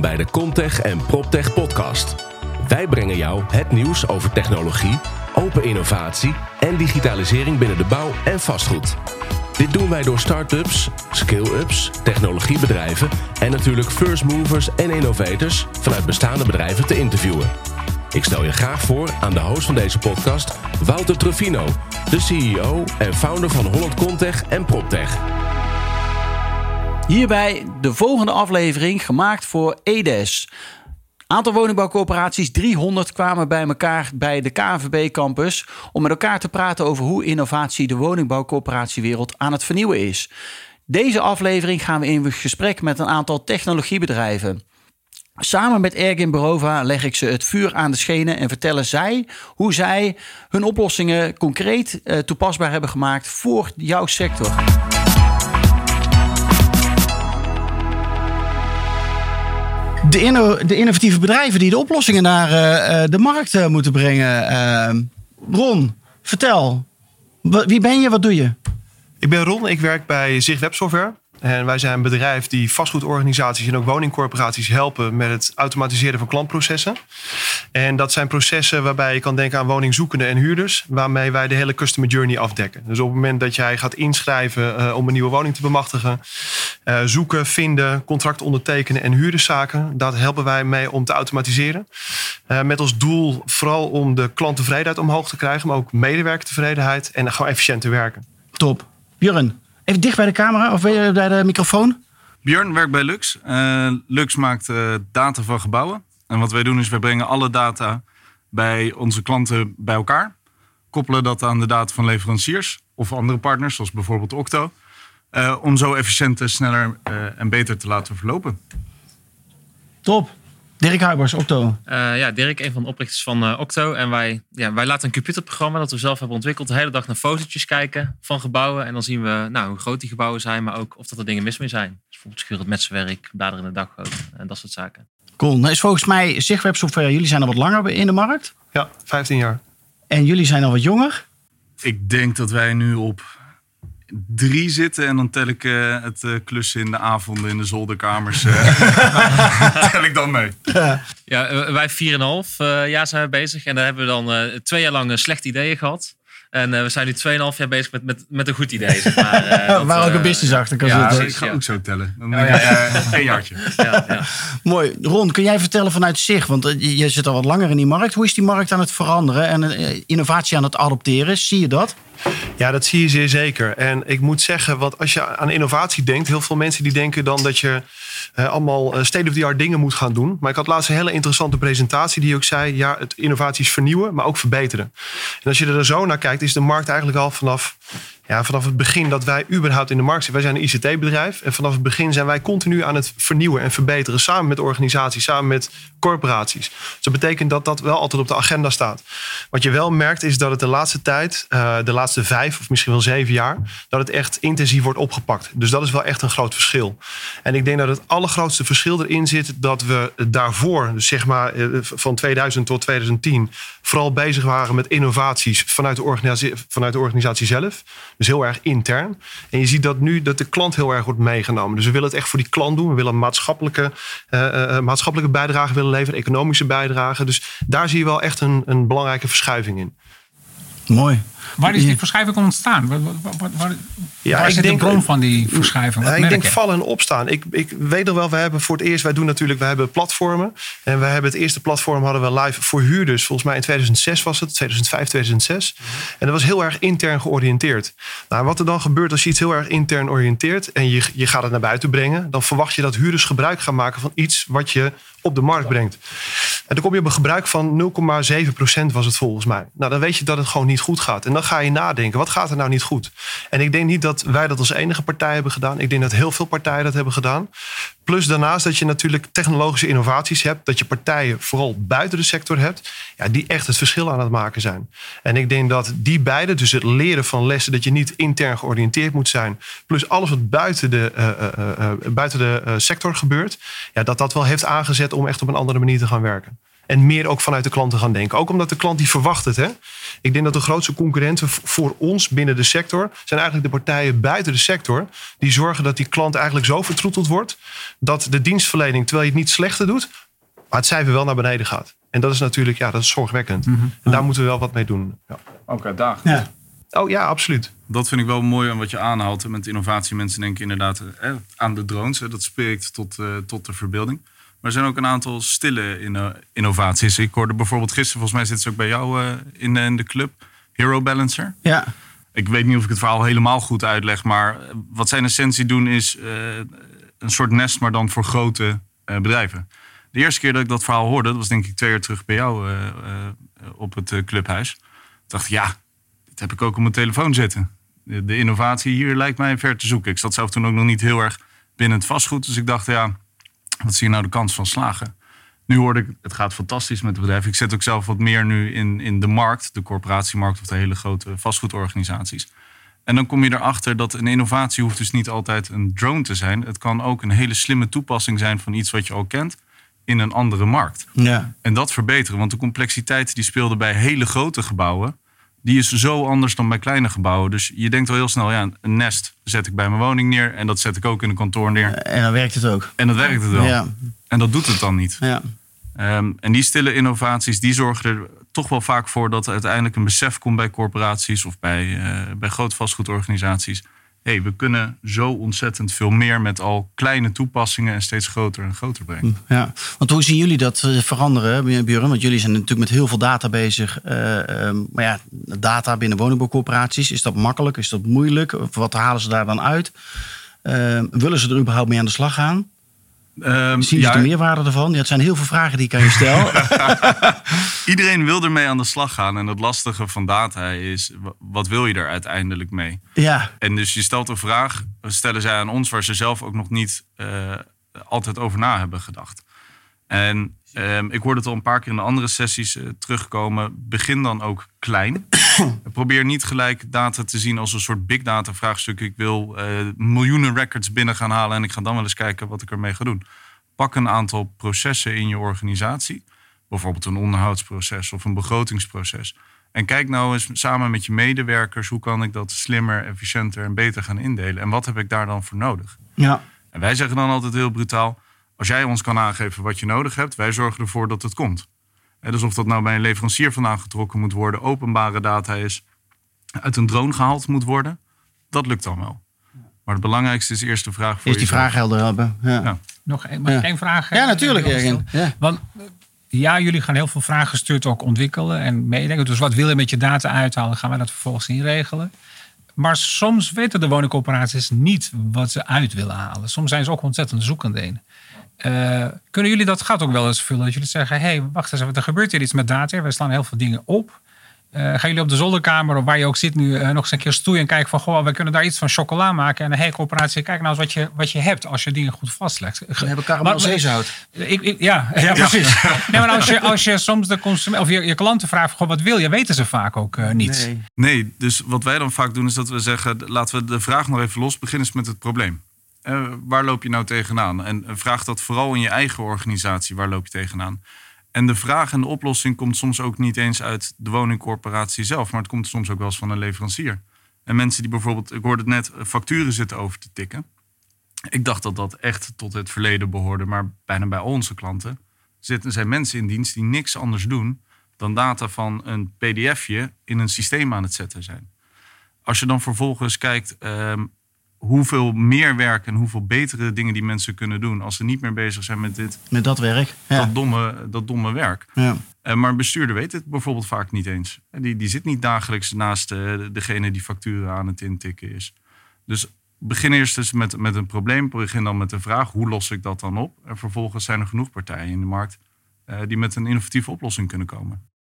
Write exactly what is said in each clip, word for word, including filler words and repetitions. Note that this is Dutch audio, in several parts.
bij de Comtech en PropTech podcast. Wij brengen jou het nieuws over technologie, open innovatie en digitalisering binnen de bouw en vastgoed. Dit doen wij door start-ups, scale-ups, technologiebedrijven en natuurlijk first movers en innovators vanuit bestaande bedrijven te interviewen. Ik stel je graag voor aan de host van deze podcast, Wouter Truffino, de C E O en founder van Holland Comtech en PropTech. Hierbij de volgende aflevering gemaakt voor E D E S. Aantal woningbouwcorporaties, driehonderd, kwamen bij elkaar bij de K N V B-campus om met elkaar te praten over hoe innovatie de woningbouwcorporatiewereld aan het vernieuwen is. Deze aflevering gaan we in gesprek met een aantal technologiebedrijven. Samen met Ergin Berova leg ik ze het vuur aan de schenen en vertellen zij hoe zij hun oplossingen concreet uh, toepasbaar hebben gemaakt voor jouw sector. De, inno- de innovatieve bedrijven die de oplossingen naar uh, de markt uh, moeten brengen. Uh, Ron, vertel. W- wie ben je, wat doe je? Ik ben Ron, ik werk bij Zicht Websoftware. En wij zijn een bedrijf die vastgoedorganisaties en ook woningcorporaties helpen met het automatiseren van klantprocessen. En dat zijn processen waarbij je kan denken aan woningzoekenden en huurders, waarmee wij de hele customer journey afdekken. Dus op het moment dat jij gaat inschrijven uh, om een nieuwe woning te bemachtigen, uh, zoeken, vinden, contract ondertekenen en huurderszaken, daar helpen wij mee om te automatiseren. Uh, met als doel vooral om de klanttevredenheid omhoog te krijgen, maar ook medewerkertevredenheid en gewoon efficiënt te werken. Top. Björn. Even dicht bij de camera of bij de microfoon. Björn werkt bij Lux. Uh, Lux maakt uh, data van gebouwen. En wat wij doen is, wij brengen alle data bij onze klanten bij elkaar. Koppelen dat aan de data van leveranciers of andere partners, zoals bijvoorbeeld Octo. Uh, om zo efficiënter, sneller uh, en beter te laten verlopen. Top. Dirk Huibers, Octo. Uh, ja, Dirk, een van de oprichters van uh, Octo. En wij, ja, wij laten een computerprogramma dat we zelf hebben ontwikkeld de hele dag naar fotootjes kijken van gebouwen. En dan zien we nou, hoe groot die gebouwen zijn, maar ook of dat er dingen mis mee zijn. Dus bijvoorbeeld schurend metselwerk, bladeren in de dakgoot en dat soort zaken. Cool. Nou is volgens mij Zicht Websoftware, jullie zijn al wat langer in de markt. Ja, vijftien jaar. En jullie zijn al wat jonger. Ik denk dat wij nu op drie zitten en dan tel ik uh, het uh, klussen in de avonden in de zolderkamers. Uh, tel ik dan mee. Ja, ja wij vier en een half uh, jaar zijn we bezig. En daar hebben we dan uh, twee jaar lang uh, slechte ideeën gehad. En uh, we zijn nu tweeënhalf jaar bezig met, met, met een goed idee. Zeg maar, uh, dat, waar ook een uh, business achter kan ja, zitten. Ik ga ja. ook zo tellen. Dan Oh, denk ja, ik ja. uh, één jaartje. Ja, ja. Mooi. Ron, kun jij vertellen vanuit Zicht? Want uh, je zit al wat langer in die markt. Hoe is die markt aan het veranderen en uh, innovatie aan het adopteren? Zie je dat? Ja, dat zie je zeer zeker. En ik moet zeggen, wat als je aan innovatie denkt, heel veel mensen die denken dan dat je uh, allemaal state-of-the-art dingen moet gaan doen. Maar ik had laatst een hele interessante presentatie die ook zei, ja, het innovatie is vernieuwen, maar ook verbeteren. En als je er zo naar kijkt, is de markt eigenlijk al vanaf, ja, vanaf het begin dat wij überhaupt in de markt zitten. Wij zijn een I C T-bedrijf en vanaf het begin zijn wij continu aan het vernieuwen en verbeteren. Samen met organisaties, samen met corporaties. Dus dat betekent dat dat wel altijd op de agenda staat. Wat je wel merkt is dat het de laatste tijd, uh, de laatste vijf of misschien wel zeven jaar, dat het echt intensief wordt opgepakt. Dus dat is wel echt een groot verschil. En ik denk dat het allergrootste verschil erin zit dat we daarvoor, dus zeg maar van tweeduizend tot tweeduizend tien, vooral bezig waren met innovaties vanuit de organisatie, vanuit de organisatie zelf. Dus heel erg intern. En je ziet dat nu dat de klant heel erg wordt meegenomen. Dus we willen het echt voor die klant doen. We willen een maatschappelijke, uh, uh, maatschappelijke bijdrage willen leveren, economische bijdrage. Dus daar zie je wel echt een, een belangrijke verschuiving in. Mooi. Waar is die verschuiving ontstaan? Waar, waar, waar, Ja, waar ik zit denk, de bron van die verschuiving? Wat ik merk denk je? vallen en opstaan. Ik, ik weet nog wel, we hebben voor het eerst, wij doen natuurlijk, we hebben platformen. En we hebben het eerste platform hadden we live voor huurders. Volgens mij in tweeduizend zes was het, tweeduizend vijf, tweeduizend zes. En dat was heel erg intern georiënteerd. Nou, wat er dan gebeurt als je iets heel erg intern oriënteert en je, je gaat het naar buiten brengen, dan verwacht je dat huurders gebruik gaan maken van iets wat je op de markt brengt. En dan kom je op een gebruik van nul komma zeven procent was het volgens mij. Nou, dan weet je dat het gewoon niet goed gaat. En dan ga je nadenken, wat gaat er nou niet goed? En ik denk niet dat wij dat als enige partij hebben gedaan. Ik denk dat heel veel partijen dat hebben gedaan. Plus daarnaast dat je natuurlijk technologische innovaties hebt. Dat je partijen vooral buiten de sector hebt. Ja, die echt het verschil aan het maken zijn. En ik denk dat die beide, dus het leren van lessen, dat je niet intern georiënteerd moet zijn. Plus alles wat buiten de, uh, uh, uh, buiten de uh, sector gebeurt. Ja, dat dat wel heeft aangezet om echt op een andere manier te gaan werken. En meer ook vanuit de klanten gaan denken. Ook omdat de klant die verwacht het. Hè? Ik denk dat de grootste concurrenten voor ons binnen de sector zijn eigenlijk de partijen buiten de sector. Die zorgen dat die klant eigenlijk zo vertroeteld wordt. Dat de dienstverlening, terwijl je het niet slechter doet, maar het cijfer wel naar beneden gaat. En dat is natuurlijk, ja, dat is zorgwekkend. Mm-hmm. En daar moeten we wel wat mee doen. Ja. Ook uitdagend. Ja. Oh ja, absoluut. Dat vind ik wel mooi aan wat je aanhaalt. Met innovatie, mensen denken inderdaad eh, aan de drones. Hè, dat spreekt tot, uh, tot de verbeelding. Maar er zijn ook een aantal stille inno- innovaties. Ik hoorde bijvoorbeeld gisteren, volgens mij zit ze ook bij jou uh, in, in de club, Hero Balancer. Ja. Ik weet niet of ik het verhaal helemaal goed uitleg, maar wat zij in essentie doen is uh, een soort nest, maar dan voor grote uh, bedrijven. De eerste keer dat ik dat verhaal hoorde, dat was denk ik twee jaar terug bij jou uh, uh, op het uh, clubhuis. Toen dacht ik, ja, dit heb ik ook op mijn telefoon zitten. De, de innovatie hier lijkt mij ver te zoeken. Ik zat zelf toen ook nog niet heel erg binnen het vastgoed, dus ik dacht, ja, wat zie je nou de kans van slagen? Nu hoorde ik, het gaat fantastisch met het bedrijf. Ik zet ook zelf wat meer nu in, in de markt, de corporatiemarkt of de hele grote vastgoedorganisaties. En dan kom je erachter dat een innovatie hoeft dus niet altijd een drone te zijn. Het kan ook een hele slimme toepassing zijn van iets wat je al kent in een andere markt. Ja. En dat verbeteren, want de complexiteit die speelde bij hele grote gebouwen, die is zo anders dan bij kleine gebouwen. Dus je denkt al heel snel, ja, een nest zet ik bij mijn woning neer en dat zet ik ook in een kantoor neer. En dan werkt het ook. En dat werkt het wel. Ja. En dat doet het dan niet. Ja. Um, en die stille innovaties, die zorgen er toch wel vaak voor dat er uiteindelijk een besef komt bij corporaties of bij, uh, bij grote vastgoedorganisaties. Hé, hey, we kunnen zo ontzettend veel meer met al kleine toepassingen en steeds groter en groter brengen. Ja, want hoe zien jullie dat veranderen, Björn? Want jullie zijn natuurlijk met heel veel data bezig. Uh, um, maar ja, data binnen woningbouwcorporaties, is dat makkelijk? Is dat moeilijk? Of wat halen ze daar dan uit? Uh, willen ze er überhaupt mee aan de slag gaan? Um, Zien ze ja, de meerwaarde ervan? Ja, het zijn heel veel vragen die ik aan je stel. Iedereen wil ermee aan de slag gaan. En het lastige van data is, wat wil je er uiteindelijk mee? Ja. En dus je stelt een vraag, stellen zij aan ons, waar ze zelf ook nog niet uh, altijd over na hebben gedacht. En um, ik hoorde het al een paar keer in de andere sessies uh, terugkomen. Begin dan ook klein. Probeer niet gelijk data te zien als een soort big data vraagstuk. Ik wil uh, miljoenen records binnen gaan halen en ik ga dan wel eens kijken wat ik ermee ga doen. Pak een aantal processen in je organisatie. Bijvoorbeeld een onderhoudsproces of een begrotingsproces. En kijk nou eens samen met je medewerkers, hoe kan ik dat slimmer, efficiënter en beter gaan indelen? En wat heb ik daar dan voor nodig? Ja. En wij zeggen dan altijd heel brutaal, als jij ons kan aangeven wat je nodig hebt, wij zorgen ervoor dat het komt. En dus of dat nou bij een leverancier vandaan getrokken moet worden, openbare data is, uit een drone gehaald moet worden, dat lukt dan wel. Maar het belangrijkste is eerst de vraag voor Eerst die vraag helder hebben. Ja, ja. Nog een, mag ik Ja. één vraag? Ja, natuurlijk. Jurgen. Ja. Want ja, jullie gaan heel veel vragen gestuurd ook ontwikkelen en meedenken. Dus wat wil je met je data uithalen? Gaan wij dat vervolgens inregelen? Maar soms weten de woningcorporaties niet wat ze uit willen halen. Soms zijn ze ook ontzettend zoekende in. Uh, kunnen jullie dat gat ook wel eens vullen? Dat jullie zeggen, hé, hey, wacht eens even, er gebeurt hier iets met data. We slaan heel veel dingen op. Uh, gaan jullie op de zolderkamer of waar je ook zit nu uh, nog eens een keer stoeien en kijken van, goh, we kunnen daar iets van chocola maken. En hé, hey, corporatie, kijk nou eens wat je, wat je hebt als je dingen goed vastlegt. We hebben karamelzeezout. Ik, ik, ja, ja, precies. Nee, maar als je, als je soms de consument of je, je klanten vraagt, goh, wat wil je, weten ze vaak ook uh, niet. Nee. Nee, dus wat wij dan vaak doen is dat we zeggen, laten we de vraag nog even los, beginnen eens met het probleem. Uh, waar loop je nou tegenaan? En vraag dat vooral in je eigen organisatie, waar loop je tegenaan? En de vraag en de oplossing komt soms ook niet eens uit de woningcorporatie zelf, maar het komt soms ook wel eens van een leverancier. En mensen die bijvoorbeeld, ik hoorde het net, facturen zitten over te tikken. Ik dacht dat dat echt tot het verleden behoorde, maar bijna bij al onze klanten zitten, zijn mensen in dienst die niks anders doen dan data van een P D F'je in een systeem aan het zetten zijn. Als je dan vervolgens kijkt um, hoeveel meer werk en hoeveel betere dingen die mensen kunnen doen als ze niet meer bezig zijn met dit, Met dat werk. Ja. dat, domme, dat domme werk. Ja. Uh, maar een bestuurder weet het bijvoorbeeld vaak niet eens. Die, die zit niet dagelijks naast uh, degene die facturen aan het intikken is. Dus begin eerst eens met, met een probleem. Begin dan met de vraag, hoe los ik dat dan op? En vervolgens zijn er genoeg partijen in de markt uh, die met een innovatieve oplossing kunnen komen.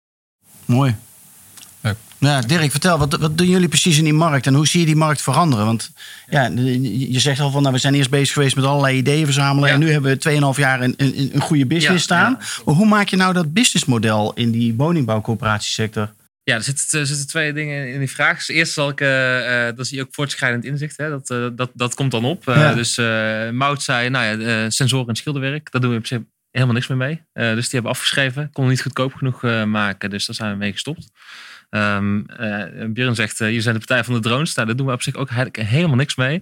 Mooi. Leuk. Ja, Dirk, vertel, wat, wat doen jullie precies in die markt en hoe zie je die markt veranderen? Want ja, je zegt al van, nou, we zijn eerst bezig geweest met allerlei ideeën verzamelen. Ja. En nu hebben we tweeënhalf jaar een, een, een goede business Ja, staan. ja. Maar hoe maak je nou dat businessmodel in die woningbouwcoöperatiesector? Ja, er zitten, er zitten twee dingen in die vraag. Dus eerst zal ik, uh, uh, dat zie je ook voortschrijdend inzicht. Hè? Dat, uh, dat, dat komt dan op. Uh, Ja. Dus uh, Mout zei, nou ja, uh, sensoren en schilderwerk. Dat doen we in principe helemaal niks meer mee. Uh, dus die hebben afgeschreven. Konden niet goedkoop genoeg uh, maken. Dus daar zijn we mee gestopt. Um, uh, Björn zegt, uh, jullie zijn de partij van de drones. Nou, daar doen we op zich ook helemaal niks mee.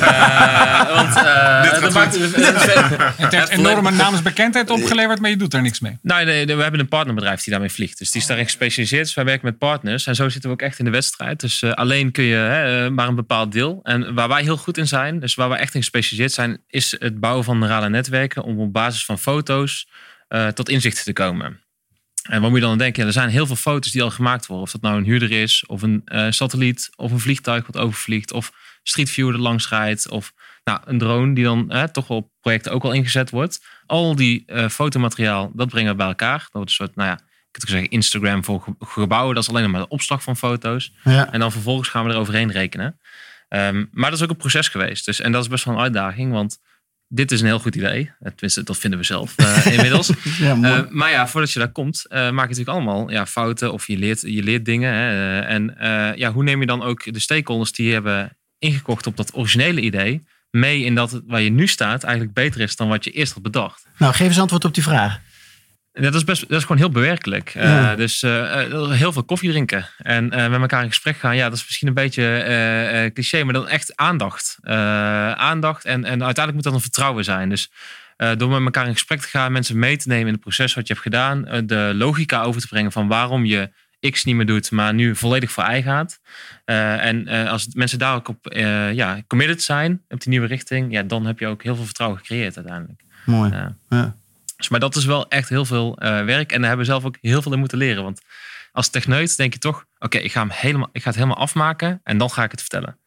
uh, want, uh, dat maakt, uh, het heeft enorme naamsbekendheid opgeleverd, maar je doet er niks mee. Nou, nee, nee, we hebben een partnerbedrijf die daarmee vliegt. Dus die is daarin gespecialiseerd. Dus wij werken met partners. En zo zitten we ook echt in de wedstrijd. Dus uh, alleen kun je hè, maar een bepaald deel. En waar wij heel goed in zijn, dus waar wij echt in gespecialiseerd zijn, is het bouwen van neurale netwerken om op basis van foto's uh, tot inzichten te komen. En wat moet je dan aan denken? Ja, er zijn heel veel foto's die al gemaakt worden. Of dat nou een huurder is, of een uh, satelliet, of een vliegtuig wat overvliegt, of Street View er langs rijdt, of nou, een drone die dan eh, toch wel op projecten ook al ingezet wordt. Al die uh, fotomateriaal, dat brengen we bij elkaar. Dat wordt een soort, nou ja, ik kan zeggen Instagram voor ge- gebouwen. Dat is alleen nog maar de opslag van foto's. Ja. En dan vervolgens gaan we er overheen rekenen. Um, maar dat is ook een proces geweest. Dus, en dat is best wel een uitdaging, want dit is een heel goed idee. Tenminste, dat vinden we zelf uh, inmiddels. ja, uh, maar ja, voordat je daar komt, uh, maak je natuurlijk allemaal ja, fouten of je leert, je leert dingen. Hè. En uh, ja, hoe neem je dan ook de stakeholders die hebben ingekocht op dat originele idee mee in dat waar je nu staat eigenlijk beter is dan wat je eerst had bedacht? Nou, geef eens antwoord op die vraag. Dat is, best, dat is gewoon heel bewerkelijk. Ja. Uh, dus uh, heel veel koffie drinken. En uh, met elkaar in gesprek gaan. Ja, dat is misschien een beetje uh, uh, cliché. Maar dan echt aandacht. Uh, aandacht. En, en uiteindelijk moet dat een vertrouwen zijn. Dus uh, door met elkaar in gesprek te gaan. Mensen mee te nemen in het proces wat je hebt gedaan. Uh, de logica over te brengen van waarom je X niet meer doet. Maar nu volledig voor I gaat. Uh, en uh, als mensen daar ook op uh, ja, committed zijn. Op die nieuwe richting. Ja, dan heb je ook heel veel vertrouwen gecreëerd uiteindelijk. Mooi. Uh, ja. Dus, maar dat is wel echt heel veel uh, werk. En daar hebben we zelf ook heel veel in moeten leren. Want als techneut denk je toch, oké, okay, ik ga hem helemaal, ik ga het helemaal afmaken en dan ga ik het vertellen.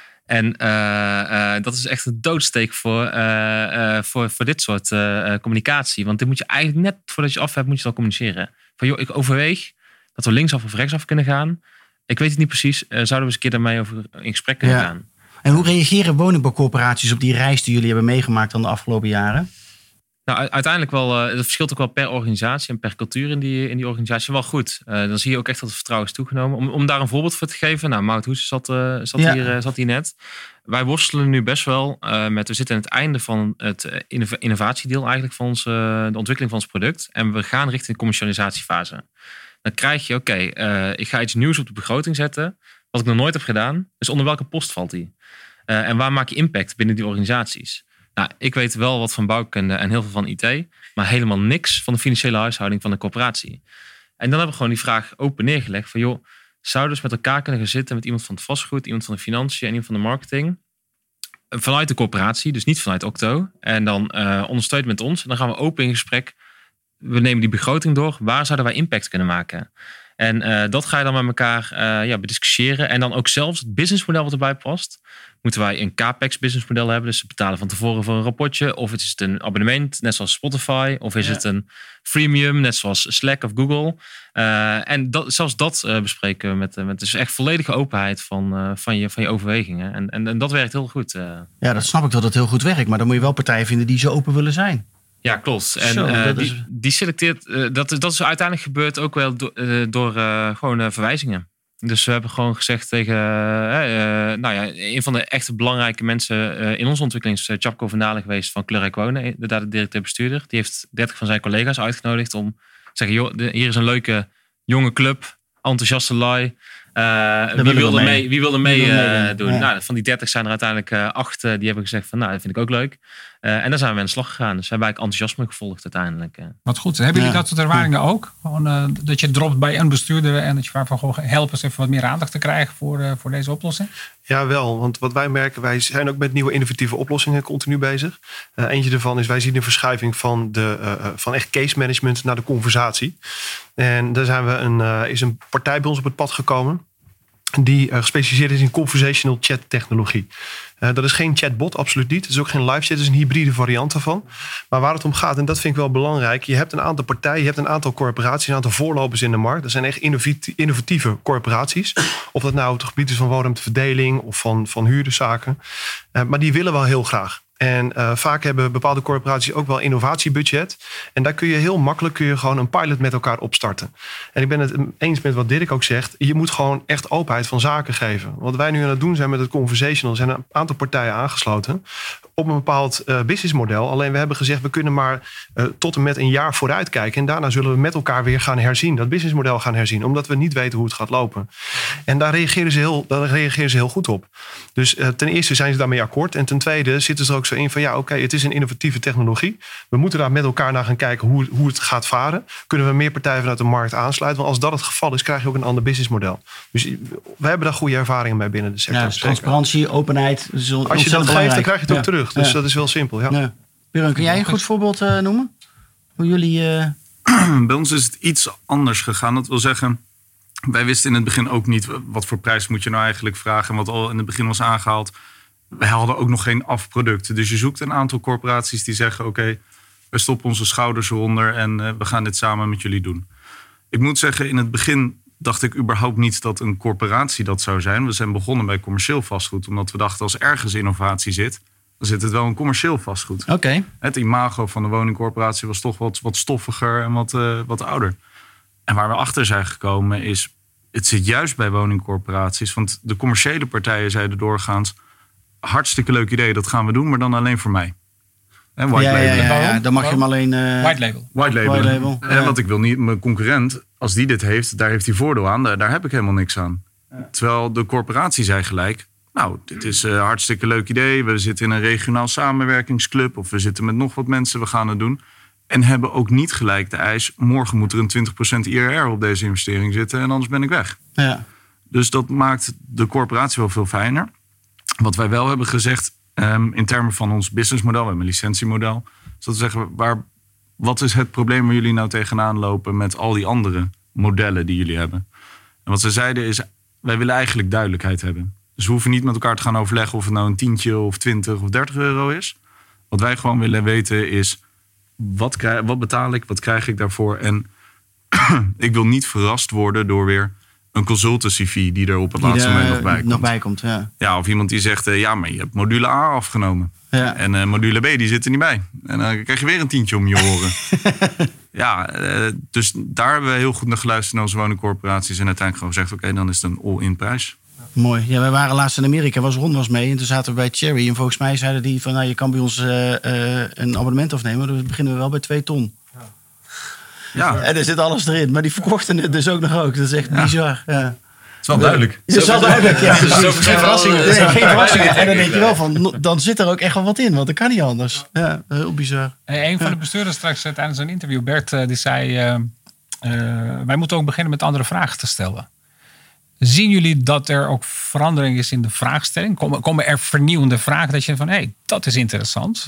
En uh, uh, dat is echt een doodsteek voor, uh, uh, voor, voor dit soort uh, communicatie. Want dit moet je eigenlijk net voordat je af hebt, moet je het al communiceren. Van joh, ik overweeg dat we linksaf of rechtsaf kunnen gaan. Ik weet het niet precies. Uh, zouden we eens een keer daarmee over in gesprek kunnen ja. gaan? En hoe reageren woningbouwcorporaties op die reis die jullie hebben meegemaakt dan de afgelopen jaren? Nou, uiteindelijk wel, uh, dat verschilt ook wel per organisatie en per cultuur in die, in die organisatie wel goed. Uh, dan zie je ook echt dat het vertrouwen is toegenomen. Om, om daar een voorbeeld voor te geven. Nou, Maud Hoes zat, uh, zat, ja. hier, uh, zat hier net. Wij worstelen nu best wel uh, met, we zitten aan het einde van het innovatiedeel eigenlijk van onze, de ontwikkeling van ons product. En we gaan richting de commercialisatiefase. Dan krijg je, oké, okay, uh, ik ga iets nieuws op de begroting zetten. Wat ik nog nooit heb gedaan. Dus onder welke post valt die? Uh, en waar maak je impact binnen die organisaties? Nou, ik weet wel wat van bouwkunde en heel veel van I T, maar helemaal niks van de financiële huishouding van de corporatie. En dan hebben we gewoon die vraag open neergelegd van joh, zouden we dus met elkaar kunnen gaan zitten met iemand van het vastgoed, iemand van de financiën en iemand van de marketing, vanuit de corporatie, dus niet vanuit Octo, en dan uh, ondersteunt met ons. En dan gaan we open in gesprek, we nemen die begroting door, waar zouden wij impact kunnen maken? En uh, dat ga je dan met elkaar uh, ja, bediscussiëren. En dan ook zelfs het businessmodel wat erbij past. Moeten wij een capex businessmodel hebben. Dus ze betalen van tevoren voor een rapportje. Of is het een abonnement, net zoals Spotify. Of is ja. het een freemium, net zoals Slack of Google. Uh, en dat, zelfs dat uh, bespreken we met, met dus echt volledige openheid van, uh, van, je, van je overwegingen. En, en, en dat werkt heel goed. Uh. Ja, dat snap ik dat het heel goed werkt. Maar dan moet je wel partijen vinden die zo open willen zijn. Ja, klopt. En Zo, uh, die, is... die selecteert, uh, dat, dat is uiteindelijk gebeurd ook wel do, uh, door uh, gewoon uh, verwijzingen. Dus we hebben gewoon gezegd tegen, uh, uh, nou ja, een van de echte belangrijke mensen uh, in onze ontwikkeling is uh, Chapco van Dalen geweest van Kleurrijk Wonen, de, de directeur-bestuurder. Die heeft dertig van zijn collega's uitgenodigd om te zeggen, joh, de, hier is een leuke jonge club, enthousiaste lui. Uh, wie, wilde mee. Mee, wie wilde mee, wie wilde mee uh, doen? Ja. Nou, van die dertig zijn er uiteindelijk uh, acht uh, die hebben gezegd van nou, dat vind ik ook leuk. Uh, en daar zijn we aan de slag gegaan. Dus we hebben eigenlijk enthousiasme gevolgd uiteindelijk. Uh. Wat goed. Hebben jullie ja. dat soort ervaringen ook? Gewoon, uh, dat je dropt bij een bestuurder en dat je waarvan gewoon helpen eens even wat meer aandacht te krijgen voor, uh, voor deze oplossing? Ja, wel. Want wat wij merken, wij zijn ook met nieuwe innovatieve oplossingen continu bezig. Uh, eentje daarvan is, wij zien een verschuiving van, de, uh, van echt case management naar de conversatie. En daar zijn we een, uh, is een partij bij ons op het pad gekomen die uh, gespecialiseerd is in conversational chat technologie. Uh, dat is geen chatbot, absoluut niet. Het is ook geen live chat, het is een hybride variant daarvan. Maar waar het om gaat, en dat vind ik wel belangrijk, je hebt een aantal partijen, je hebt een aantal corporaties, een aantal voorlopers in de markt. Dat zijn echt innovatieve corporaties. Of dat nou op het gebied is van woonruimteverdeling of van, van huurderszaken. Uh, maar die willen wel heel graag. En uh, vaak hebben bepaalde corporaties ook wel innovatiebudget. En daar kun je heel makkelijk kun je gewoon een pilot met elkaar opstarten. En ik ben het eens met wat Dirk ook zegt. Je moet gewoon echt openheid van zaken geven. Wat wij nu aan het doen zijn met het Conversational, zijn een aantal partijen aangesloten. op een bepaald uh, businessmodel. Alleen we hebben gezegd, we kunnen maar uh, tot en met een jaar vooruit kijken. En daarna zullen we met elkaar weer gaan herzien. Dat businessmodel gaan herzien. Omdat we niet weten hoe het gaat lopen. En daar reageren ze heel, daar reageren ze heel goed op. Dus uh, ten eerste zijn ze daarmee akkoord. En ten tweede zitten ze er ook zo in van ja, oké, okay, het is een innovatieve technologie. We moeten daar met elkaar naar gaan kijken hoe, hoe het gaat varen. Kunnen we meer partijen vanuit de markt aansluiten? Want als dat het geval is, krijg je ook een ander businessmodel. Dus we hebben daar goede ervaringen mee binnen de sector. Ja, transparantie, openheid. Als je dat geeft, dan krijg je het ja. ook terug. Dus ja. dat is wel simpel. Ja. Ja. Björn, kun jij een goed voorbeeld uh, noemen? Hoe jullie... Uh... Bij ons is het iets anders gegaan. Dat wil zeggen, wij wisten in het begin ook niet wat voor prijs moet je nou eigenlijk vragen. En wat al in het begin was aangehaald. Wij hadden ook nog geen afproducten. Dus je zoekt een aantal corporaties die zeggen, oké, okay, we stoppen onze schouders eronder en uh, we gaan dit samen met jullie doen. Ik moet zeggen, in het begin dacht ik überhaupt niet dat een corporatie dat zou zijn. We zijn begonnen bij commercieel vastgoed. Omdat we dachten, als ergens innovatie zit, dan zit het wel in commercieel vastgoed. Oké. Okay. Het imago van de woningcorporatie was toch wat, wat stoffiger en wat, uh, wat ouder. En waar we achter zijn gekomen is, het zit juist bij woningcorporaties. Want de commerciële partijen zeiden doorgaans, hartstikke leuk idee, dat gaan we doen, maar dan alleen voor mij. En white ja, label. Ja, ja, ja, dan mag je hem alleen... Uh... White label. White label. White label. En ja. Want ik wil niet, mijn concurrent, als die dit heeft, daar heeft hij voordeel aan. Daar, daar heb ik helemaal niks aan. Ja. Terwijl de corporatie zei gelijk, nou, dit is een hartstikke leuk idee. We zitten in een regionaal samenwerkingsclub of we zitten met nog wat mensen, we gaan het doen. En hebben ook niet gelijk de eis, morgen moet er een twintig procent I R R op deze investering zitten en anders ben ik weg. Ja. Dus dat maakt de corporatie wel veel fijner. Wat wij wel hebben gezegd, Um, in termen van ons businessmodel, we hebben een licentiemodel. Dus dat we zeggen, waar, wat is het probleem waar jullie nou tegenaan lopen met al die andere modellen die jullie hebben? En wat ze zeiden is, wij willen eigenlijk duidelijkheid hebben. Dus we hoeven niet met elkaar te gaan overleggen of het nou een tientje of twintig of dertig euro is. Wat wij gewoon willen weten is, wat, krijg, wat betaal ik, wat krijg ik daarvoor? En ik wil niet verrast worden door weer een consultancy fee die er op het die laatste moment nog bij komt. Nog bij komt ja. Ja, of iemand die zegt, uh, ja, maar je hebt module A afgenomen. Ja. En uh, module B, die zit er niet bij. En dan uh, krijg je weer een tientje om je oren. ja, uh, dus daar hebben we heel goed naar geluisterd naar onze woningcorporaties. En uiteindelijk gewoon gezegd, oké, okay, dan is het een all-in prijs. Mooi. Ja, we waren laatst in Amerika, was Ron was mee. En toen zaten we bij Cherry. En volgens mij zeiden die van, nou, je kan bij ons uh, uh, een abonnement afnemen. Dus beginnen we wel bij twee ton. Ja. En er zit alles erin. Maar die verkochten het dus ook nog ook. Dat is echt ja. bizar. Ja. Het is wel duidelijk. Het is wel duidelijk, ja. Dus geen verrassingen. Nee, geen verrassingen. En dan denk je wel van, dan zit er ook echt wel wat in. Want dat kan niet anders. Ja, heel bizar. Hey, een van de bestuurders straks uh, tijdens een interview, Bert, uh, die zei... Uh, uh, wij moeten ook beginnen met andere vragen te stellen. Zien jullie dat er ook verandering is in de vraagstelling? Komen, komen er vernieuwende vragen dat je van, hé, hey, dat is interessant.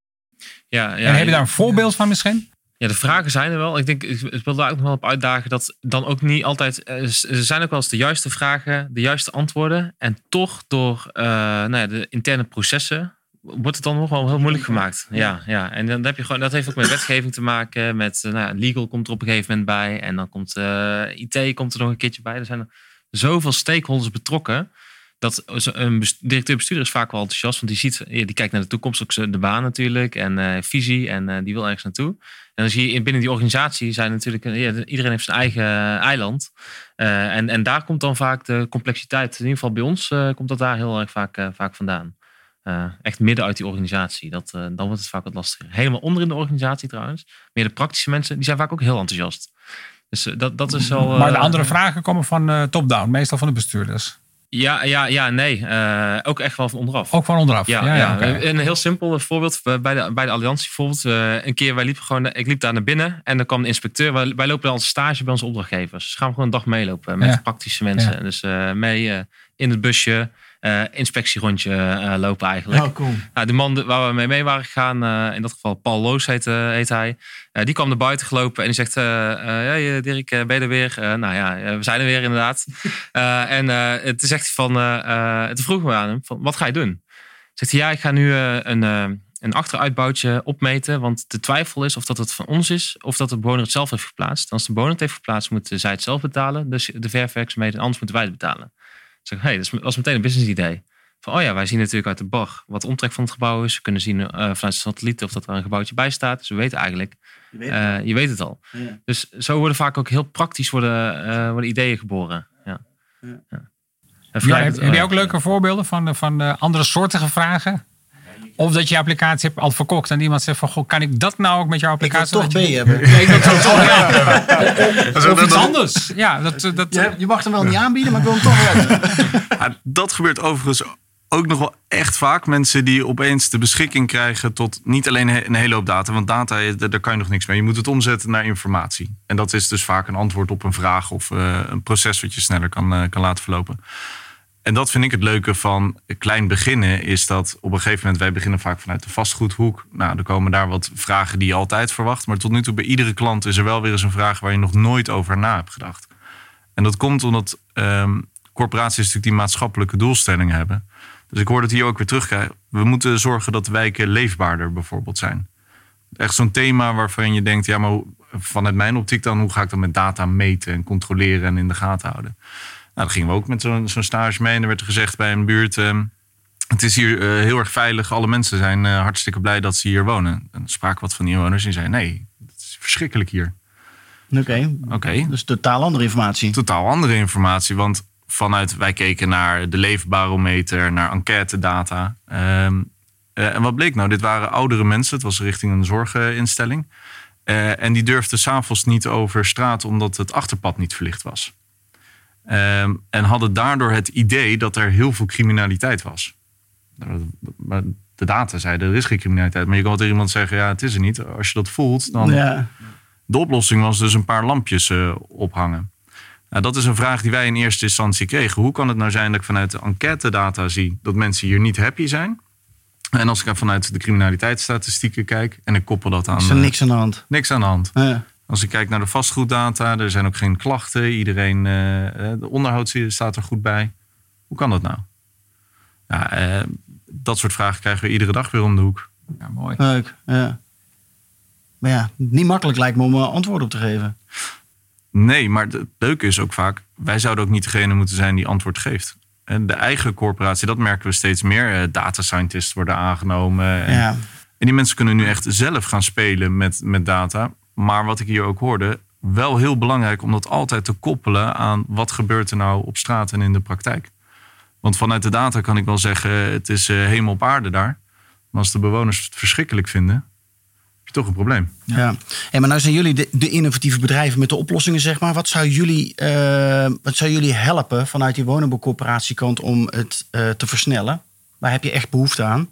Ja, ja, en heb je daar een voorbeeld van misschien? Ja, de vragen zijn er wel. Ik denk, ik wil daar ook nog wel op uitdagen dat dan ook niet altijd... Er zijn ook wel eens de juiste vragen, de juiste antwoorden. En toch door uh, nou ja, de interne processen wordt het dan nog wel heel moeilijk gemaakt. Ja, ja. En dan heb je gewoon, dat heeft ook met wetgeving te maken. Met nou ja, legal komt er op een gegeven moment bij. En dan komt uh, I T komt er nog een keertje bij. Er zijn er zoveel stakeholders betrokken. Dat een directeur-bestuurder is vaak wel enthousiast. Want die, ziet, die kijkt naar de toekomst, ook de baan natuurlijk. En uh, visie. En uh, die wil ergens naartoe. En dan zie je binnen die organisatie zijn natuurlijk... Ja, iedereen heeft zijn eigen eiland. Uh, en, en daar komt dan vaak de complexiteit. In ieder geval bij ons uh, komt dat daar heel erg vaak, uh, vaak vandaan. Uh, echt midden uit die organisatie. Dat, uh, dan wordt het vaak wat lastiger. Helemaal onder in de organisatie trouwens. Meer de praktische mensen, die zijn vaak ook heel enthousiast. Dus uh, dat, dat is al... Uh, maar de andere vragen komen van uh, top-down. Meestal van de bestuurders. Ja, ja, ja, nee. Uh, ook echt wel van onderaf. Ook van onderaf? Ja, ja, ja, ja okay. Een heel simpel voorbeeld bij de, bij de Alliantie bijvoorbeeld. Uh, een keer, wij liepen gewoon, ik liep daar naar binnen en dan kwam de inspecteur. Wij, wij lopen dan als stage bij onze opdrachtgevers. Dus gaan we gewoon een dag meelopen met ja. praktische mensen. Ja. Dus uh, mee uh, in het busje, uh, inspectierondje uh, lopen eigenlijk. Oh, cool. Nou, de man waar we mee mee waren gegaan, uh, in dat geval Paul Loos heet, uh, heet hij. Uh, die kwam naar buiten gelopen en die zegt, uh, uh, hey Dirk, uh, ben je er weer? Uh, nou ja, uh, we zijn er weer inderdaad. uh, en uh, toen zegt hij van, uh, uh, toen vroegen we aan hem, van, wat ga je doen? Zegt hij, ja, ik ga nu uh, een, uh, een achteruitbouwtje opmeten, want de twijfel is of dat het van ons is of dat de bewoner het zelf heeft geplaatst. Als de bewoner het heeft geplaatst, moeten zij het zelf betalen, dus de verfwerkzaamheden, anders moeten wij het betalen. Zeg, hey, dat was meteen een business idee. Van, oh ja, wij zien natuurlijk uit de B A R wat de omtrek van het gebouw is. We kunnen zien uh, vanuit de satellieten of dat er een gebouwtje bij staat. Dus we weten eigenlijk, je weet, uh, je weet het al. Ja. Dus zo worden vaak ook heel praktisch worden, uh, worden ideeën geboren. Ja. Ja. Ja, heb, heb je ook leuke voorbeelden van, van uh, andere soortige vragen? Of dat je je applicatie hebt al verkocht en iemand zegt van, goh, kan ik dat nou ook met jouw Ik wil applicatie? toch B je... hebben. Nee, ik wil toch toch ja. Of iets anders. Ja, dat, dat... Je, je mag hem wel niet aanbieden, maar ik wil hem toch hebben. Ja, dat gebeurt overigens ook nog wel echt vaak. Mensen die opeens de beschikking krijgen tot niet alleen een hele hoop data. Want data, daar kan je nog niks mee. Je moet het omzetten naar informatie. En dat is dus vaak een antwoord op een vraag of uh, een proces wat je sneller kan, uh, kan laten verlopen. En dat vind ik het leuke van klein beginnen, is dat op een gegeven moment, wij beginnen vaak vanuit de vastgoedhoek. Nou, er komen daar wat vragen die je altijd verwacht. Maar tot nu toe bij iedere klant is er wel weer eens een vraag waar je nog nooit over na hebt gedacht. En dat komt omdat um, corporaties natuurlijk die maatschappelijke doelstellingen hebben. Dus ik hoor het hier ook weer terugkrijgen. We moeten zorgen dat wijken leefbaarder bijvoorbeeld zijn. Echt zo'n thema waarvan je denkt, ja, maar vanuit mijn optiek dan, hoe ga ik dat met data meten en controleren en in de gaten houden? Nou, daar gingen we ook met zo'n, zo'n stage mee. En er werd gezegd bij een buurt, uh, het is hier uh, heel erg veilig. Alle mensen zijn uh, hartstikke blij dat ze hier wonen. En dan spraken wat van die inwoners en zeiden, nee, het is verschrikkelijk hier. Oké, okay. okay. Dus totaal andere informatie. Totaal andere informatie, want vanuit, wij keken naar de leefbarometer, naar enquêtedata. Um, uh, en wat bleek nou? Dit waren oudere mensen, het was richting een zorginstelling. Uh, en die durfden 's avonds niet over straat omdat het achterpad niet verlicht was. Um, en hadden daardoor het idee dat er heel veel criminaliteit was. Maar de data zeiden, er is geen criminaliteit. Maar je kan wel tegen iemand zeggen, ja, het is er niet. Als je dat voelt, dan... Ja. De oplossing was dus een paar lampjes uh, ophangen. Nou, dat is een vraag die wij in eerste instantie kregen. Hoe kan het nou zijn dat ik vanuit de enquêtedata zie dat mensen hier niet happy zijn? En als ik vanuit de criminaliteitsstatistieken kijk en ik koppel dat aan... Is er niks aan de hand? Niks aan de hand. Ja. Als ik kijk naar de vastgoeddata, er zijn ook geen klachten. Iedereen, uh, de onderhoud staat er goed bij. Hoe kan dat nou? Ja, uh, dat soort vragen krijgen we iedere dag weer om de hoek. Ja, mooi. Leuk, ja. Maar ja, niet makkelijk lijkt me om antwoord op te geven. Nee, maar het leuke is ook vaak, wij zouden ook niet degene moeten zijn die antwoord geeft. De eigen corporatie, dat merken we steeds meer. Data scientists worden aangenomen. En, ja. en die mensen kunnen nu echt zelf gaan spelen met, met data. Maar wat ik hier ook hoorde, wel heel belangrijk om dat altijd te koppelen aan wat gebeurt er nou op straat en in de praktijk. Want vanuit de data kan ik wel zeggen, het is hemel op aarde daar. Maar als de bewoners het verschrikkelijk vinden, heb je toch een probleem. Ja. Hey, maar nou zijn jullie de, de innovatieve bedrijven met de oplossingen, zeg maar. Wat zou jullie, uh, wat zou jullie helpen vanuit die woningbouwcorporatiekant om het uh, te versnellen? Waar heb je echt behoefte aan?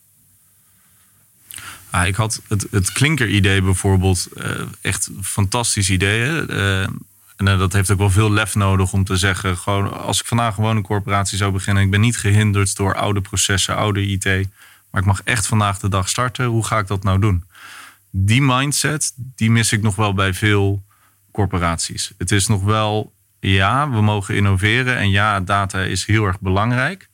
Ah, ik had het, het klinker-idee bijvoorbeeld, uh, echt een fantastisch idee. Uh, en uh, dat heeft ook wel veel lef nodig om te zeggen, gewoon als ik vandaag een woningcorporatie zou beginnen, ik ben niet gehinderd door oude processen, oude I T, maar ik mag echt vandaag de dag starten. Hoe ga ik dat nou doen? Die mindset, die mis ik nog wel bij veel corporaties. Het is nog wel, ja, we mogen innoveren en ja, data is heel erg belangrijk.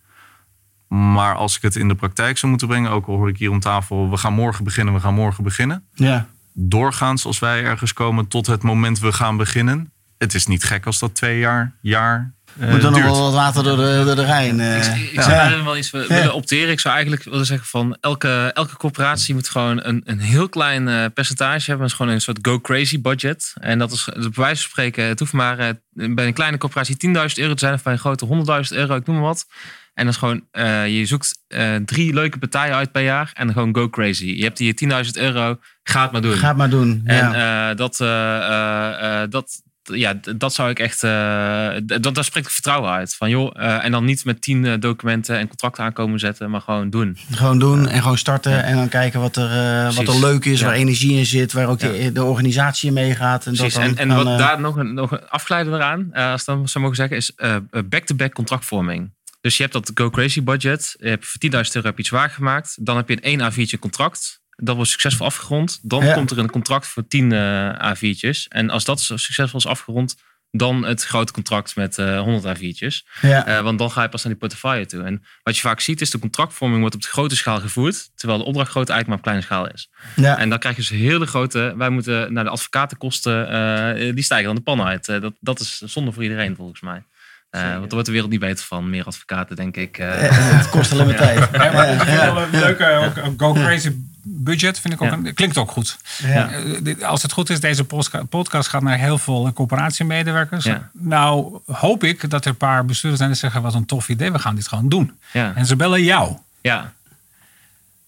Maar als ik het in de praktijk zou moeten brengen, ook al hoor ik hier om tafel, we gaan morgen beginnen, we gaan morgen beginnen. Ja. Doorgaans als wij ergens komen tot het moment we gaan beginnen. Het is niet gek als dat twee jaar, jaar uh, Moet dan duurt. nog wel wat water door de, door de Rijn. Uh, Ik, ik ja. zou eigenlijk wel iets willen opteren. Ik zou eigenlijk willen zeggen van elke, elke corporatie moet gewoon een, een heel klein uh, percentage hebben. Dat is gewoon een soort go crazy budget. En dat is, bij wijze van spreken, het hoeft maar uh, bij een kleine corporatie tienduizend euro te zijn of bij een grote honderdduizend euro, ik noem maar wat. En dat is gewoon, uh, je zoekt uh, drie leuke partijen uit per jaar en dan gewoon go crazy. Je hebt hier tienduizend euro, ga het maar doen. Ga het maar doen, En ja. uh, dat, uh, uh, uh, dat, ja, dat zou ik echt, uh, dat, daar spreekt vertrouwen uit. Van joh, uh, en dan niet met tien uh, documenten en contracten aankomen zetten, maar gewoon doen. Gewoon doen en gewoon starten ja. en dan kijken wat er, uh, wat er leuk is, ja. waar energie in zit, waar ook ja. de, de organisatie in meegaat. En, dat dan, en, en dan, wat uh, daar nog een, nog een afgeleide eraan, uh, als ik dan zou mogen zeggen, is uh, back-to-back contractvorming. Dus je hebt dat Go Crazy budget. Je hebt voor tienduizend euro heb je iets waargemaakt. Dan heb je een één A viertje contract. Dat wordt succesvol afgerond. Dan ja. komt er een contract voor tien uh, A viertjes. En als dat succesvol is afgerond, dan het grote contract met uh, honderd A viertjes. Ja. Uh, want dan ga je pas naar die portefeuille toe. En wat je vaak ziet is de contractvorming wordt op de grote schaal gevoerd. Terwijl de opdracht groot eigenlijk maar op kleine schaal is. Ja. En dan krijg je dus hele grote... Wij moeten naar de advocatenkosten. Uh, die stijgen dan de pan uit. Uh, dat, dat is zonde voor iedereen volgens mij. Uh, want daar wordt de wereld niet beter van. Meer advocaten, denk ik. Uh, ja, het kost alleen maar tijd. Ja, maar ik vind wel een leuke Go Crazy budget. Vind ik ook ja. een, klinkt ook goed. Ja. Uh, als het goed is, deze podcast gaat naar heel veel corporatiemedewerkers. Ja. Nou hoop ik dat er een paar bestuurders zijn die zeggen, wat een tof idee. We gaan dit gewoon doen. Ja. En ze bellen jou. Ja.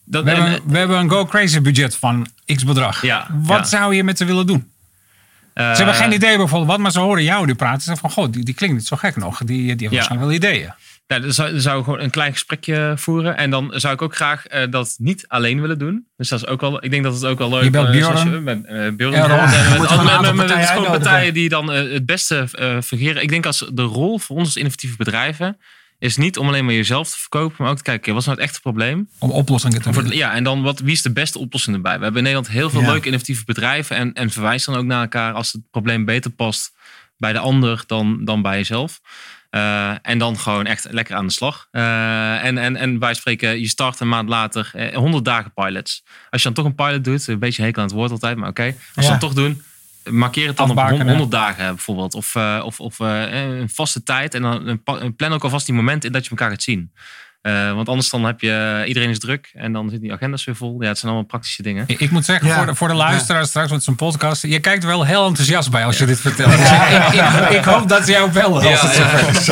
Dat, We, en, hebben, we hebben een Go Crazy budget van x bedrag. Ja, wat ja. zou je met ze willen doen? uh, Ze hebben geen idee bijvoorbeeld wat, maar ze horen jou nu praten. Ze zeggen van, goh, die, die klinkt niet zo gek nog. Die, die heeft Ja. waarschijnlijk wel ideeën. Ja, dan zou, dan zou ik gewoon een klein gesprekje voeren. En dan zou ik ook graag uh, dat niet alleen willen doen. Dus dat is ook wel, ik denk dat het ook wel leuk is. Je belt uh, Björn. je, met uh, Björn. Ja, Ja, ja, met, moet je met, een aantal met, met, partijen met gewoon uitnodigen. partijen die dan uh, het beste uh, fungeren. Ik denk als de rol voor ons als innovatieve bedrijven is niet om alleen maar jezelf te verkopen, maar ook te kijken, wat is nou het echte probleem? Om oplossingen te Voor, vinden. ja, en dan wat, wie is de beste oplossing erbij? We hebben in Nederland heel veel Ja. leuke innovatieve bedrijven en, en verwijzen dan ook naar elkaar als het probleem beter past bij de ander dan, dan bij jezelf. Uh, en dan gewoon echt lekker aan de slag. Uh, en, en, en wij spreken, je start een maand later eh, honderd dagen pilots. Als je dan toch een pilot doet, een beetje hekel aan het woord altijd, maar oké. Okay. Als Ja. je dat toch doen, markeer het dan Afbakenen. op honderd dagen bijvoorbeeld. Of, uh, of, of uh, een vaste tijd. En dan plan ook alvast die momenten in dat je elkaar gaat zien. Uh, want anders dan heb je, iedereen is druk en dan zitten die agendas weer vol. Ja, het zijn allemaal praktische dingen. Ik, ik moet zeggen, Ja. voor, de, voor de luisteraars straks, want het is een podcast. Je kijkt er wel heel enthousiast bij als je dit vertelt. Dus ik, ik, ik, ik hoop dat ze jou bellen. Als het zover is.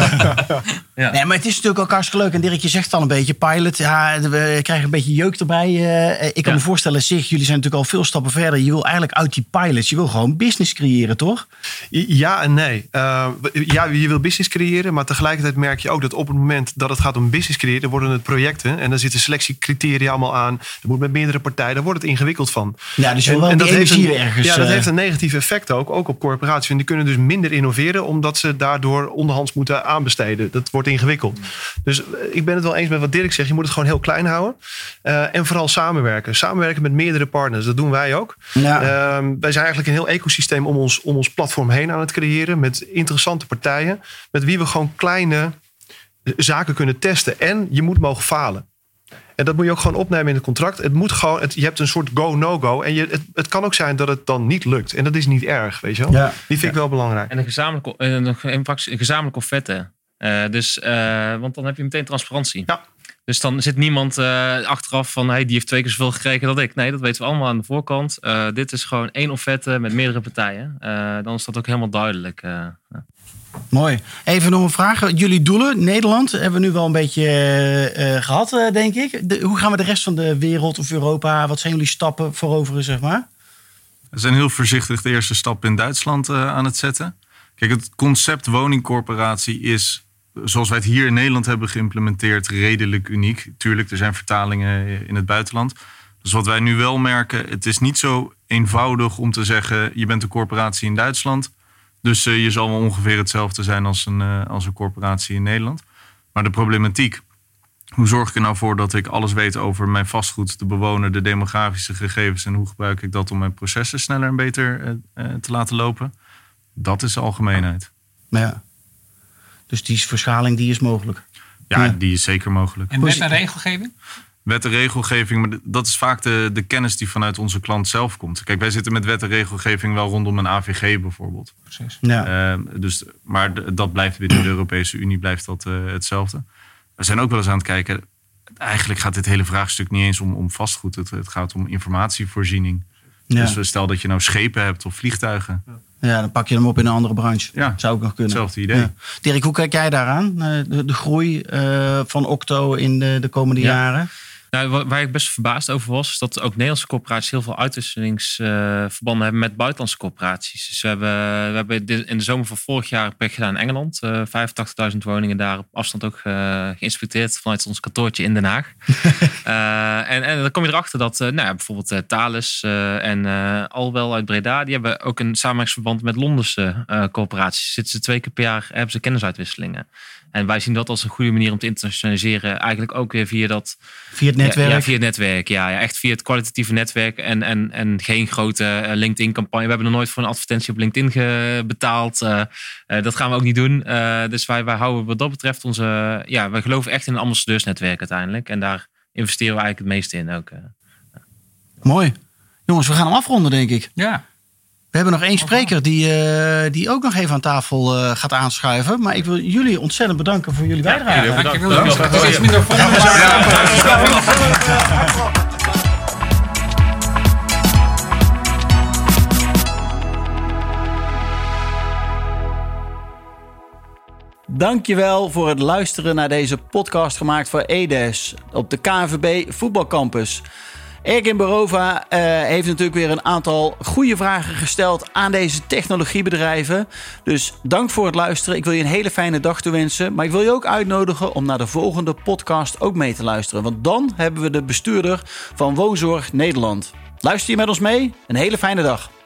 Ja. Nee, maar het is natuurlijk ook hartstikke leuk. En Dirk, je zegt het al een beetje, pilot. Ja, we krijgen een beetje jeuk erbij. Uh, ik kan Ja. me voorstellen, Sig, jullie zijn natuurlijk al veel stappen verder. Je wil eigenlijk uit die pilots, je wil gewoon business creëren, toch? Ja en nee. Uh, ja, je wil business creëren, maar tegelijkertijd merk je ook dat op het moment dat het gaat om business creëren, dan worden het projecten en dan zitten selectiecriteria allemaal aan. Er moet met meerdere partijen, daar wordt het ingewikkeld van. Ja, dus je wil En- wel en die dat heeft energie een- ergens. Ja, dat uh, heeft een negatief effect ook, ook op corporaties. En die kunnen dus minder innoveren, omdat ze daardoor onderhands moeten aanbesteden. Dat wordt ingewikkeld. Dus uh, ik ben het wel eens met wat Dirk zegt. Je moet het gewoon heel klein houden. Uh, en vooral samenwerken. Samenwerken met meerdere partners. Dat doen wij ook. Ja. Uh, wij zijn eigenlijk een heel ecosysteem om ons, om ons platform heen aan het creëren. Met interessante partijen. Met wie we gewoon kleine zaken kunnen testen. En je moet mogen falen. En dat moet je ook gewoon opnemen in het contract. Het moet gewoon, het, je hebt een soort go-no-go. En je, het, het kan ook zijn dat het dan niet lukt. En dat is niet erg, weet je wel. Ja. Die vind ik wel belangrijk. En een gezamenlijke, een, een, een gezamenlijke offerte. Uh, dus, uh, want dan heb je meteen transparantie. Ja. Dus dan zit niemand uh, achteraf van, hey, die heeft twee keer zoveel gekregen dan ik. Nee, dat weten we allemaal aan de voorkant. Uh, dit is gewoon één offerte met meerdere partijen. Uh, dan is dat ook helemaal duidelijk. Uh, ja. Mooi. Even nog een vraag. Jullie doelen, Nederland, hebben we nu wel een beetje uh, gehad, uh, denk ik. De, hoe gaan we de rest van de wereld of Europa, wat zijn jullie stappen veroveren, zeg maar? We zijn heel voorzichtig de eerste stap in Duitsland uh, aan het zetten. Kijk, het concept woningcorporatie is, zoals wij het hier in Nederland hebben geïmplementeerd, redelijk uniek. Tuurlijk, er zijn vertalingen in het buitenland. Dus wat wij nu wel merken, het is niet zo eenvoudig om te zeggen, je bent een corporatie in Duitsland. Dus uh, je zal wel ongeveer hetzelfde zijn als een, uh, als een corporatie in Nederland. Maar de problematiek, hoe zorg ik er nou voor dat ik alles weet over mijn vastgoed, de bewoner, de demografische gegevens en hoe gebruik ik dat om mijn processen sneller en beter uh, uh, te laten lopen? Dat is de algemeenheid. Ja. Dus die verschaling die is mogelijk. Ja, Ja. die is zeker mogelijk. En wet en regelgeving? Wet en regelgeving, maar dat is vaak de, de kennis die vanuit onze klant zelf komt. Kijk, wij zitten met wet en regelgeving wel rondom een A V G bijvoorbeeld. Precies. Ja. Uh, dus, maar d- dat blijft binnen de Europese Unie blijft dat uh, hetzelfde. We zijn ook wel eens aan het kijken. Eigenlijk gaat dit hele vraagstuk niet eens om, om vastgoed. Het, het gaat om informatievoorziening. Ja. Dus stel dat je nou schepen hebt of vliegtuigen. Ja, dan pak je hem op in een andere branche. Ja, Zou ook nog kunnen. hetzelfde idee. Ja. Dirk, hoe kijk jij daaraan? Uh, de, de groei uh, van Octo in de, de komende Ja. jaren? Nou, waar waar ik best verbaasd over was, is dat ook Nederlandse corporaties heel veel uitwisselingsverbanden uh, hebben met buitenlandse corporaties. Dus we hebben, we hebben dit, in de zomer van vorig jaar een project gedaan in Engeland. Uh, vijfentachtigduizend woningen daar op afstand ook uh, geïnspecteerd vanuit ons kantoortje in Den Haag. uh, en, en dan kom je erachter dat uh, nou ja, bijvoorbeeld uh, Thales uh, en uh, Alwel uit Breda, die hebben ook een samenwerkingsverband met Londense uh, corporaties. Zitten ze twee keer per jaar, hebben ze kennisuitwisselingen. En wij zien dat als een goede manier om te internationaliseren. Eigenlijk ook weer via dat... Via het netwerk? Ja, ja via het netwerk. Ja, ja, echt via het kwalitatieve netwerk. En, en, en geen grote uh, LinkedIn-campagne. We hebben nog nooit voor een advertentie op LinkedIn ge- betaald. Uh, uh, dat gaan we ook niet doen. Uh, dus wij, wij houden wat dat betreft onze... Ja, wij geloven echt in een ambassadeursnetwerk uiteindelijk. En daar investeren we eigenlijk het meeste in ook. Uh. Mooi. Jongens, we gaan hem afronden, denk ik. Ja. We hebben nog één spreker die, uh, die ook nog even aan tafel uh, gaat aanschuiven. Maar ik wil jullie ontzettend bedanken voor jullie bijdrage. Ja, Dankjewel. bedankt. Het is iets minder vol. dankjewel voor het luisteren naar deze podcast gemaakt voor E D E S op de K N V B Voetbalcampus. Erkin Barova uh, heeft natuurlijk weer een aantal goede vragen gesteld aan deze technologiebedrijven. Dus dank voor het luisteren. Ik wil je een hele fijne dag toewensen. Maar ik wil je ook uitnodigen om naar de volgende podcast ook mee te luisteren. Want dan hebben we de bestuurder van Woonzorg Nederland. Luister je met ons mee? Een hele fijne dag.